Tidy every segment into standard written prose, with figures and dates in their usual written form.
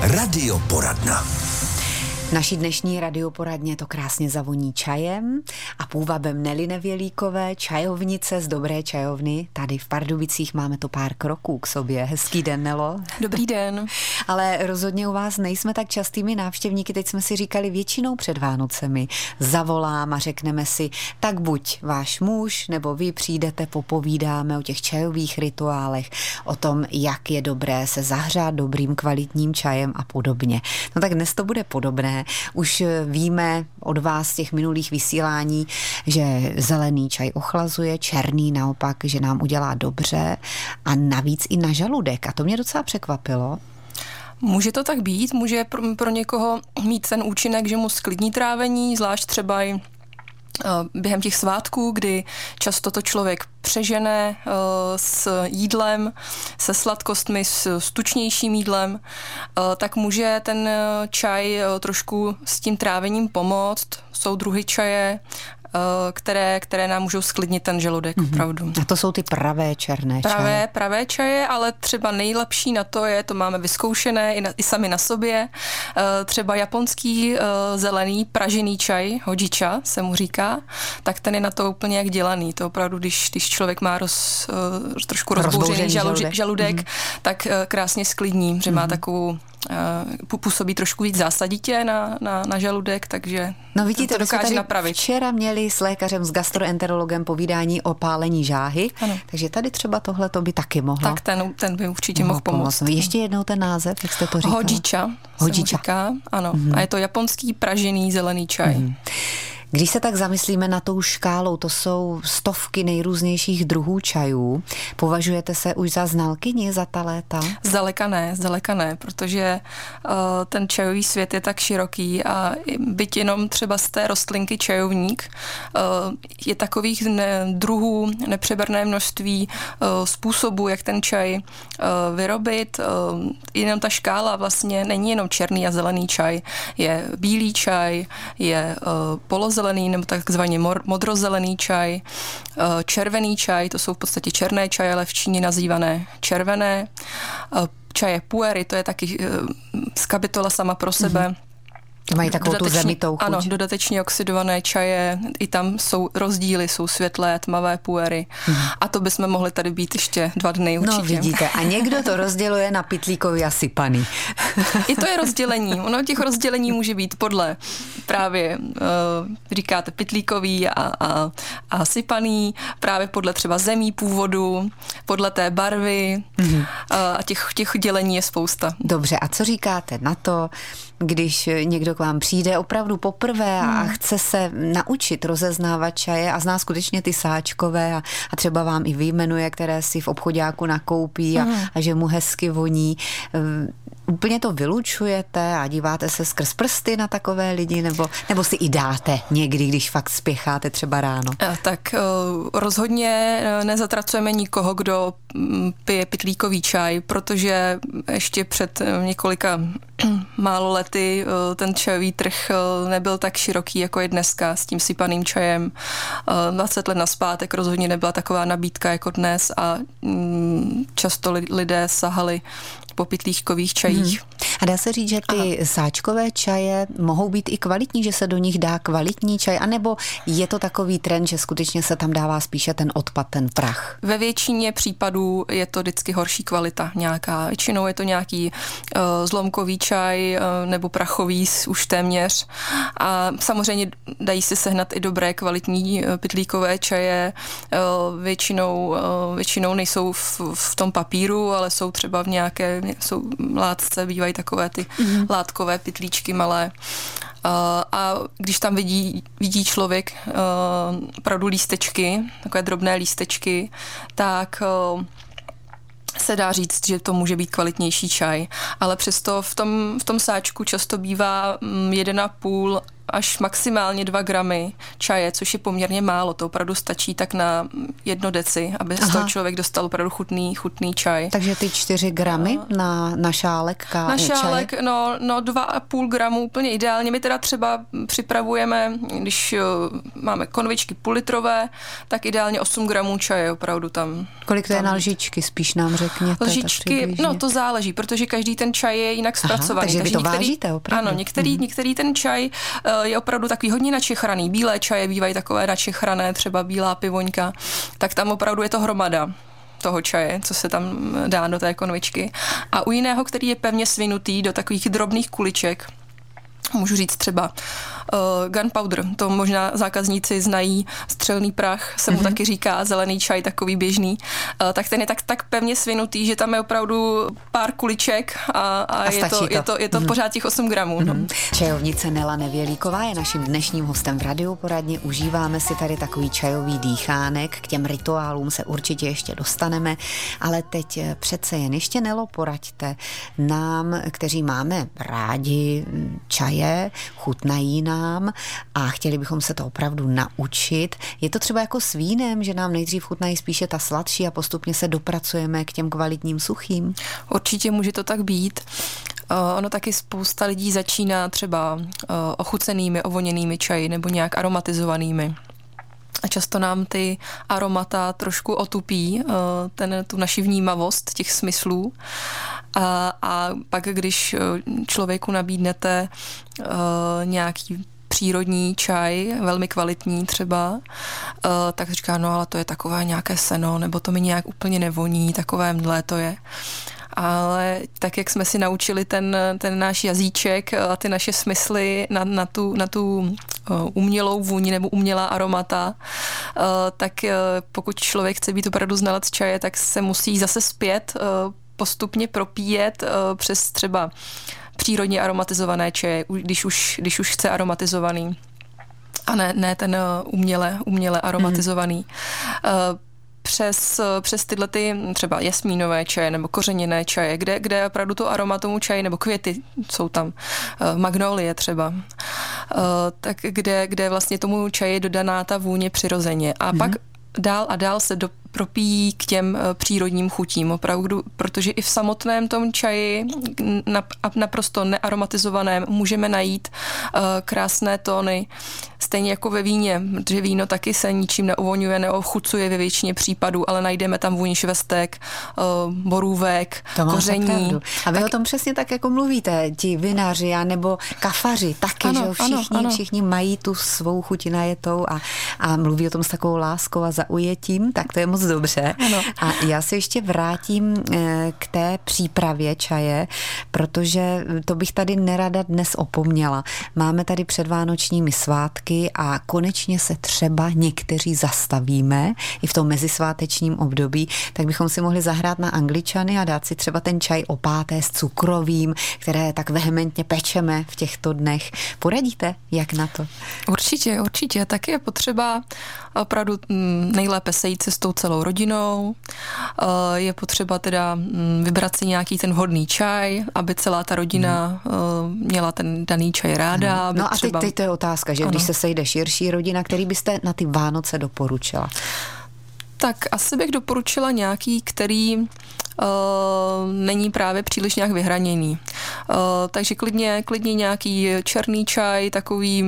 Radioporadna. Naší dnešní radioporadně to krásně zavoní čajem a půvabem Nely Nevělíkové, čajovnice z Dobré čajovny. Tady v Pardubicích máme to pár kroků k sobě. Hezký den, Nelo. Dobrý den. Ale rozhodně u vás nejsme tak častými návštěvníky. Teď jsme si říkali většinou před Vánocemi. Zavolám a řekneme si, tak buď váš muž nebo vy přijdete, popovídáme o těch čajových rituálech, o tom, jak je dobré se zahřát dobrým kvalitním čajem a podobně. No tak dnes to bude podobné. Už víme od vás z těch minulých vysílání, že zelený čaj ochlazuje, černý naopak, že nám udělá dobře a navíc i na žaludek. A to mě docela překvapilo. Může to tak být, může pro někoho mít ten účinek, že mu sklidní trávení, zvlášť třeba i během těch svátků, kdy často to člověk přežene s jídlem, se sladkostmi, s tučnějším jídlem, tak může ten čaj trošku s tím trávením pomoct. Jsou druhy čaje, které nám můžou sklidnit ten žaludek, opravdu. A to jsou ty pravé černé čaje. Pravé čaje, ale třeba nejlepší na to je, to máme vyzkoušené i sami na sobě, třeba japonský zelený pražený čaj, hojicha se mu říká, tak ten je na to úplně jak dělaný. To opravdu, když člověk má trošku rozbouřený žaludek, tak krásně sklidní, že má takovou působí trošku víc zásaditě na žaludek, takže no vidíte, to dokáže napravit. Včera měli s lékařem, s gastroenterologem povídání o pálení žáhy, ano. Takže tady třeba tohle to by taky mohlo. Tak ten by určitě mohl pomoct. No, ještě jednou ten název, jak jste to říkal? Hojicha. Říká, ano. A je to japonský pražený zelený čaj. Když se tak zamyslíme na tou škálou, to jsou stovky nejrůznějších druhů čajů. Považujete se už za znalkyni za ta léta? Zdaleka ne, protože ten čajový svět je tak široký a byť jenom třeba z té rostlinky čajovník je takových druhů nepřeberné množství způsobů, jak ten čaj vyrobit. Jenom ta škála vlastně není jenom černý a zelený čaj. Je bílý čaj, je polozelený nebo takzvaně modrozelený čaj, červený čaj, to jsou v podstatě černé čaje, ale v Číně nazývané červené, čaje puéry, to je taky z kapitola sama pro sebe. Mají takovou tu zemitou chuť. Ano, dodatečně oxidované čaje, i tam jsou rozdíly, jsou světlé, tmavé puéry. A to bychom mohli tady být ještě 2 dny určitě. No vidíte, a někdo to rozděluje na pytlíkový a sypaný. I to je rozdělení. Ono těch rozdělení může být podle právě, říkáte, pytlíkový a sypaný, právě podle třeba zemí původu, podle té barvy a těch dělení je spousta. Dobře, a co říkáte na to, když někdo k vám přijde opravdu poprvé a chce se naučit rozeznávat čaje a zná skutečně ty sáčkové a třeba vám i vyjmenuje, které si v obchoďáku nakoupí a že mu hezky voní. Úplně to vylučujete a díváte se skrz prsty na takové lidi, nebo si i dáte někdy, když fakt spěcháte třeba ráno? Tak rozhodně nezatracujeme nikoho, kdo pije pytlíkový čaj, protože ještě před několika málo lety ten čajový trh nebyl tak široký, jako je dneska s tím sypaným čajem. 20 let nazpátek rozhodně nebyla taková nabídka jako dnes a často lidé sahali po pytlíkových čajích. A dá se říct, že ty sáčkové čaje mohou být i kvalitní, že se do nich dá kvalitní čaj, anebo je to takový trend, že skutečně se tam dává spíše ten odpad, ten prach? Ve většině případů je to vždycky horší kvalita nějaká. Většinou je to nějaký zlomkový čaj nebo prachový už téměř. A samozřejmě dají se sehnat i dobré kvalitní pytlíkové čaje. Většinou nejsou v tom papíru, ale jsou třeba v nějaké látce, bývají takové ty látkové pytlíčky malé. A když tam vidí člověk opravdu lístečky, takové drobné lístečky, tak se dá říct, že to může být kvalitnější čaj. Ale přesto v tom sáčku často bývá 1,5 až maximálně 2 gramy čaje, což je poměrně málo. To opravdu stačí tak na 1 deci, aby z toho člověk dostal opravdu chutný čaj. Takže ty 4 gramy na šálek čaje? Na šálek, no 2,5 gramu úplně ideálně. My teda třeba připravujeme, když máme konvičky půllitrové, tak ideálně 8 gramů čaje opravdu tam. Kolik to je na lžičky, spíš nám řekněte? Lžičky, no to záleží, protože každý ten čaj je jinak zpracovaný. Takže vy to vážíte opravdu? Ano, některý ten čaj je opravdu takový hodně načechraný. Bílé čaje bývají takové načechrané, třeba bílá pivoňka, tak tam opravdu je to hromada toho čaje, co se tam dá do té konvičky. A u jiného, který je pevně svinutý do takových drobných kuliček, můžu říct třeba gunpowder, to možná zákazníci znají, střelný prach se mu taky říká, zelený čaj takový běžný, tak ten je tak pevně svinutý, že tam je opravdu pár kuliček a je to pořád těch 8 gramů. No. Čajovnice Nela Nevělíková je naším dnešním hostem v Radioporadně. Užíváme si tady takový čajový dýchánek, k těm rituálům se určitě ještě dostaneme, ale teď přece jen ještě, Nelo, poraďte nám, kteří máme rádi čaje, chutnají nám a chtěli bychom se to opravdu naučit. Je to třeba jako s vínem, že nám nejdřív chutnají spíše ta sladší a postupně se dopracujeme k těm kvalitním suchým? Určitě může to tak být. Ono taky spousta lidí začíná třeba ochucenými, ovoněnými čaji nebo nějak aromatizovanými. A často nám ty aromata trošku otupí tu naši vnímavost těch smyslů. A pak, když člověku nabídnete nějaký přírodní čaj, velmi kvalitní třeba, tak říká, no ale to je takové nějaké seno, nebo to mi nějak úplně nevoní, takové mdlé to je. Ale tak, jak jsme si naučili ten náš jazyček a ty naše smysly na tu umělou vůni nebo umělá aromata, tak pokud člověk chce být opravdu znalec čaje, tak se musí zase zpět postupně propíjet přes třeba přírodně aromatizované čaje, když už chce aromatizovaný. A ne ten uměle aromatizovaný. Přes tyhle ty třeba jasmínové čaje nebo kořeněné čaje, kde opravdu to aroma tomu čaji nebo květy jsou tam, magnolie třeba, tak kde vlastně tomu čaji je dodaná ta vůně přirozeně. A pak dál a dál se propíjí k těm přírodním chutím opravdu, protože i v samotném tom čaji naprosto nearomatizovaném můžeme najít krásné tóny, stejně jako ve víně, protože víno taky se ničím neuvoňuje, neochucuje ve většině případů, ale najdeme tam vůni švestek, borůvek, koření. A vy o tom přesně tak, jako mluvíte, ti vinaři nebo kafaři taky, ano, že všichni mají tu svou chuť najetou a mluví o tom s takovou láskou a zaujetím, tak to je moc dobře. Ano. A já se ještě vrátím k té přípravě čaje, protože to bych tady nerada dnes opomněla. Máme tady předvánočními svátky a konečně se třeba někteří zastavíme i v tom mezisvátečním období, tak bychom si mohli zahrát na Angličany a dát si třeba ten čaj opáté s cukrovým, které tak vehementně pečeme v těchto dnech. Poradíte, jak na to? Určitě. Tak je potřeba opravdu nejlépe sejít se s tou celou rodinou. Je potřeba teda vybrat si nějaký ten vhodný čaj, aby celá ta rodina měla ten daný čaj ráda. No a teď to je otázka, že když se sejde širší rodina, který byste na ty Vánoce doporučila? Tak asi bych doporučila nějaký, který není právě příliš nějak vyhraněný. Takže klidně nějaký černý čaj, takový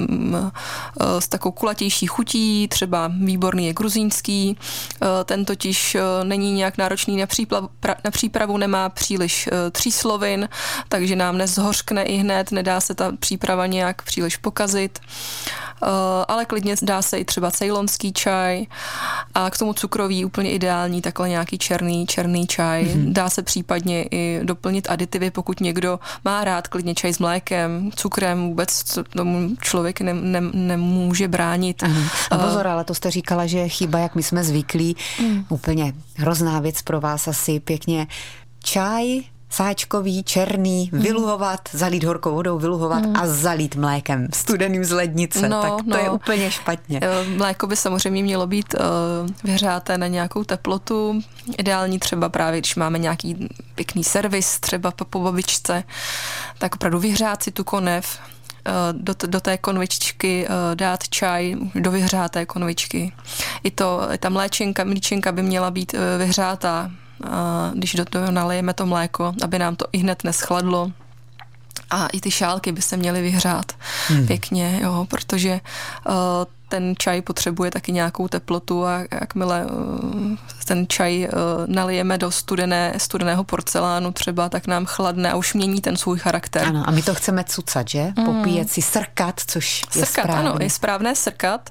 s takovou kulatější chutí, třeba výborný je gruzínský, ten totiž není nějak náročný na přípravu, nemá příliš tříslovin, takže nám nezhořkne i hned, nedá se ta příprava nějak příliš pokazit, ale klidně dá se i třeba ceylonský čaj a k tomu cukrový úplně ideální, takhle nějaký černý čaj. Dá se případně i doplnit aditivy, pokud někdo má rád klidně čaj s mlékem, cukrem, vůbec tomu člověk nemůže bránit. No pozor, ale to jste říkala, že je chyba, jak my jsme zvyklí. Úplně hrozná věc pro vás asi, pěkně čaj sáčkový, černý, vyluhovat, zalít horkou vodou, vyluhovat a zalít mlékem studeným z lednice. To je úplně špatně. Mléko by samozřejmě mělo být vyhřáté na nějakou teplotu. Ideální třeba právě, když máme nějaký pěkný servis, třeba po babičce, tak opravdu vyhřát si tu konev do té konvičky dát čaj, do vyhřáté konvičky. I ta mlíčenka by měla být vyhřátá, když do toho nalijeme to mléko, aby nám to ihned neschladlo. A i ty šálky by se měly vyhřát pěkně, jo, protože ten čaj potřebuje taky nějakou teplotu a jakmile ten čaj nalijeme do studeného porcelánu třeba, tak nám chladne a už mění ten svůj charakter. Ano, a my to chceme cucat, že? Popíjet si, srkat, což je správné. Ano, je správné srkat.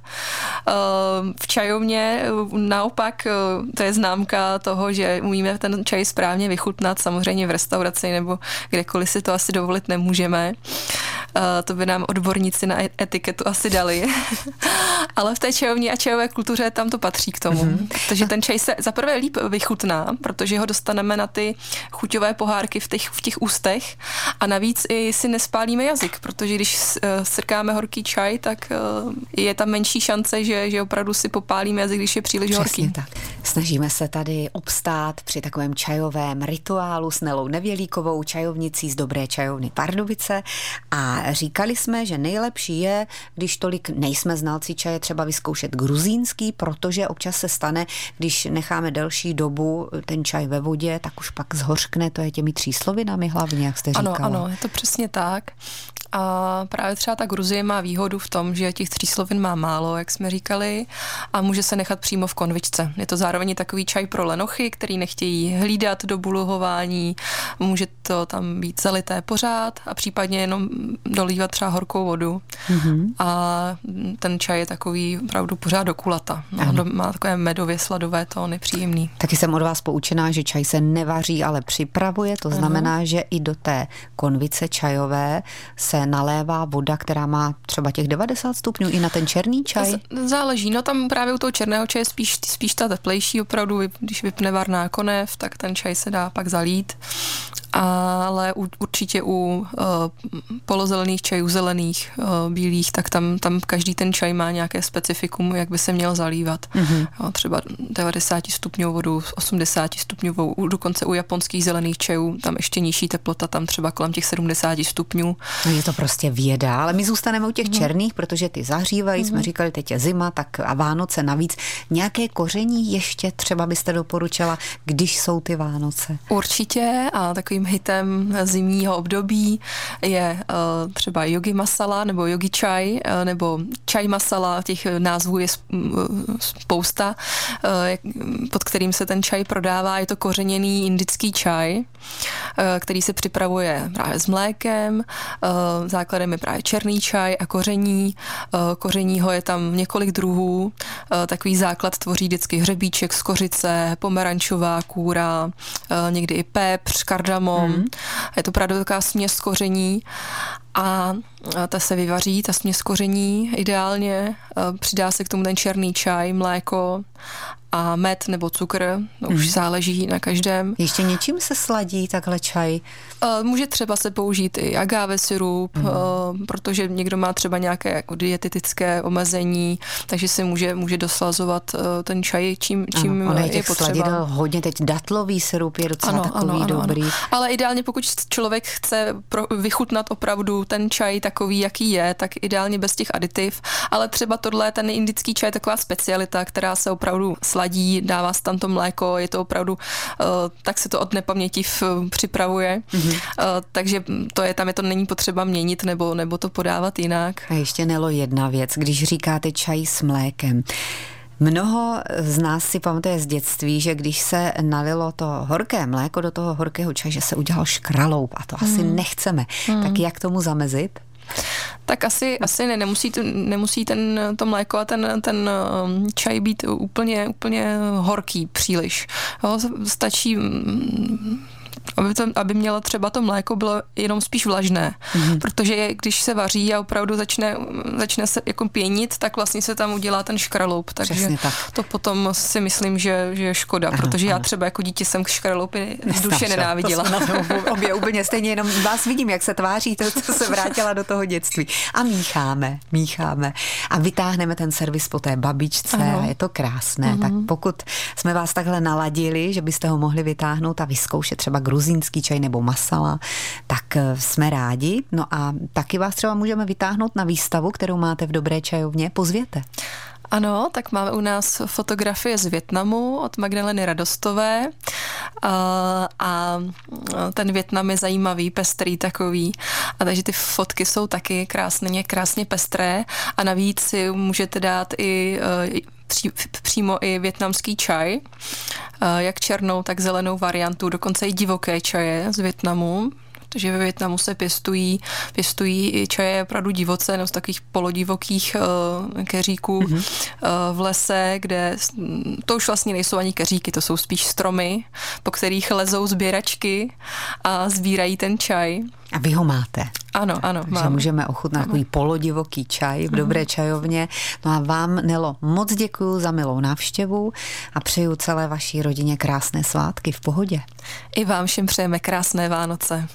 V čajovně naopak to je známka toho, že umíme ten čaj správně vychutnat, samozřejmě v restauraci nebo kdekoliv si to asi dovolit nemůžeme. To by nám odborníci na etiketu asi dali. Ale v té čajovní a čajové kultuře tam to patří k tomu. Takže ten čaj se zaprvé líp vychutná, protože ho dostaneme na ty chuťové pohárky v těch ústech a navíc i si nespálíme jazyk, protože když srkáme horký čaj, tak je tam menší šance, že opravdu si popálíme jazyk, když je příliš horký. Tak. Snažíme se tady obstát při takovém čajovém rituálu s Nelou Nevělíkovou, čajovnicí z Dobré čajovny Pardubice, a říkali jsme, že nejlepší je, když tolik nejsme znalci čaje, třeba vyzkoušet gruzínský, protože občas se stane, když necháme delší dobu ten čaj ve vodě, tak už pak zhořkne, to je těmi tříslovinami hlavně, jak jste říkala. Ano, je to přesně tak. A právě třeba ta Gruzie má výhodu v tom, že těch tříslovin má málo, jak jsme říkali, a může se nechat přímo v konvičce. Je to zároveň takový čaj pro lenochy, který nechtějí hlídat do buluhování, může to tam být zalité pořád a případně jenom dolívat třeba horkou vodu. A ten čaj je takový opravdu pořád do kulata. Má takové medově sladové tóny, příjemný. Taky jsem od vás poučená, že čaj se nevaří, ale připravuje, to znamená, že i do té konvice čajové se nalévá voda, která má třeba těch 90 stupňů i na ten černý čaj? Záleží, no tam právě u toho černého čaje spíš ta teplejší, opravdu, když vypne varná konev, tak ten čaj se dá pak zalít. Ale určitě u polozelených čajů, zelených, bílých, tak tam každý ten čaj má nějaké specifikum, jak by se měl zalívat. Jo, třeba 90 stupňovou vodu, 80 stupňovou, dokonce u japonských zelených čajů, tam ještě nižší teplota, tam třeba kolem těch 70 stupňů. No je to prostě věda, ale my zůstaneme u těch černých, protože ty zahřívají, jsme říkali, teď je zima, tak a Vánoce navíc. Nějaké koření ještě třeba byste doporučila, když jsou ty Vánoce? Určitě, a takovým hitem zimního období je třeba yogi masala nebo yogi čaj nebo čaj masala, těch názvů je spousta, pod kterým se ten čaj prodává. Je to kořeněný indický čaj, který se připravuje právě s mlékem, základem je právě černý čaj a koření. Kořeního je tam několik druhů, takový základ tvoří vždycky hřebíček z kořice, pomerančová kůra, někdy i pepř, kardamom. Je to právě taková směs koření a ta se vyvaří, ta směs koření ideálně, přidá se k tomu ten černý čaj, mléko a med nebo cukr, už záleží na každém. Ještě něčím se sladí takhle čaj? Může třeba se použít i agave sirup, protože někdo má třeba nějaké jako dietetické omezení, takže si může doslazovat ten čaj, čím je potřeba. Sladidel hodně, teď datlový sirup je docela takový dobrý. Ano. Ale ideálně, pokud člověk chce vychutnat opravdu ten čaj takový, jaký je, tak ideálně bez těch aditiv, ale třeba tohle, ten indický čaj je taková specialita, která se opravdu sladí, dává se tam to mléko, je to opravdu, tak se to od nepaměti připravuje, takže tam je to není potřeba měnit nebo to podávat jinak. A ještě, Nelo, jedna věc, když říkáte čaj s mlékem. Mnoho z nás si pamatuje z dětství, že když se nalilo to horké mléko do toho horkého čaje, že se udělal škraloup a to asi nechceme. Tak jak tomu zamezit? Tak asi nemusí to mléko a ten čaj být úplně horký příliš. Jo, stačí aby mělo třeba to mléko bylo jenom spíš vlažné, protože když se vaří a opravdu začne se jako pěnit, tak vlastně se tam udělá ten škraloup, takže to potom si myslím, že je škoda, protože já třeba jako dítě jsem škraloupy duše nenáviděla. Obě úplně stejně, jenom vás vidím, jak se tváří, to se vrátila do toho dětství. A mícháme a vytáhneme ten servis po té babičce, je to krásné. Tak pokud jsme vás takhle naladili, že byste ho mohli vytáhnout a vyzkoušet třeba gruzínský gruzínský čaj nebo masala, tak jsme rádi. No a taky vás třeba můžeme vytáhnout na výstavu, kterou máte v Dobré čajovně. Pozvěte. Ano, tak máme u nás fotografie z Vietnamu od Magdaleny Radostové a ten Vietnam je zajímavý, pestrý takový, a takže ty fotky jsou taky krásně pestré a navíc si můžete dát i přímo i vietnamský čaj, jak černou, tak zelenou variantu, dokonce i divoké čaje z Vietnamu, protože ve Vietnamu se pěstují i čaje opravdu divoce, nebo z takových polodivokých keříků v lese, kde to už vlastně nejsou ani keříky, to jsou spíš stromy, po kterých lezou sběračky a sbírají ten čaj. A vy ho máte. Ano, Takže můžeme ochutnat takový polodivoký čaj v Dobré čajovně. No a vám, Nelo, moc děkuju za milou návštěvu a přeju celé vaší rodině krásné svátky v pohodě. I vám všem přejeme krásné Vánoce.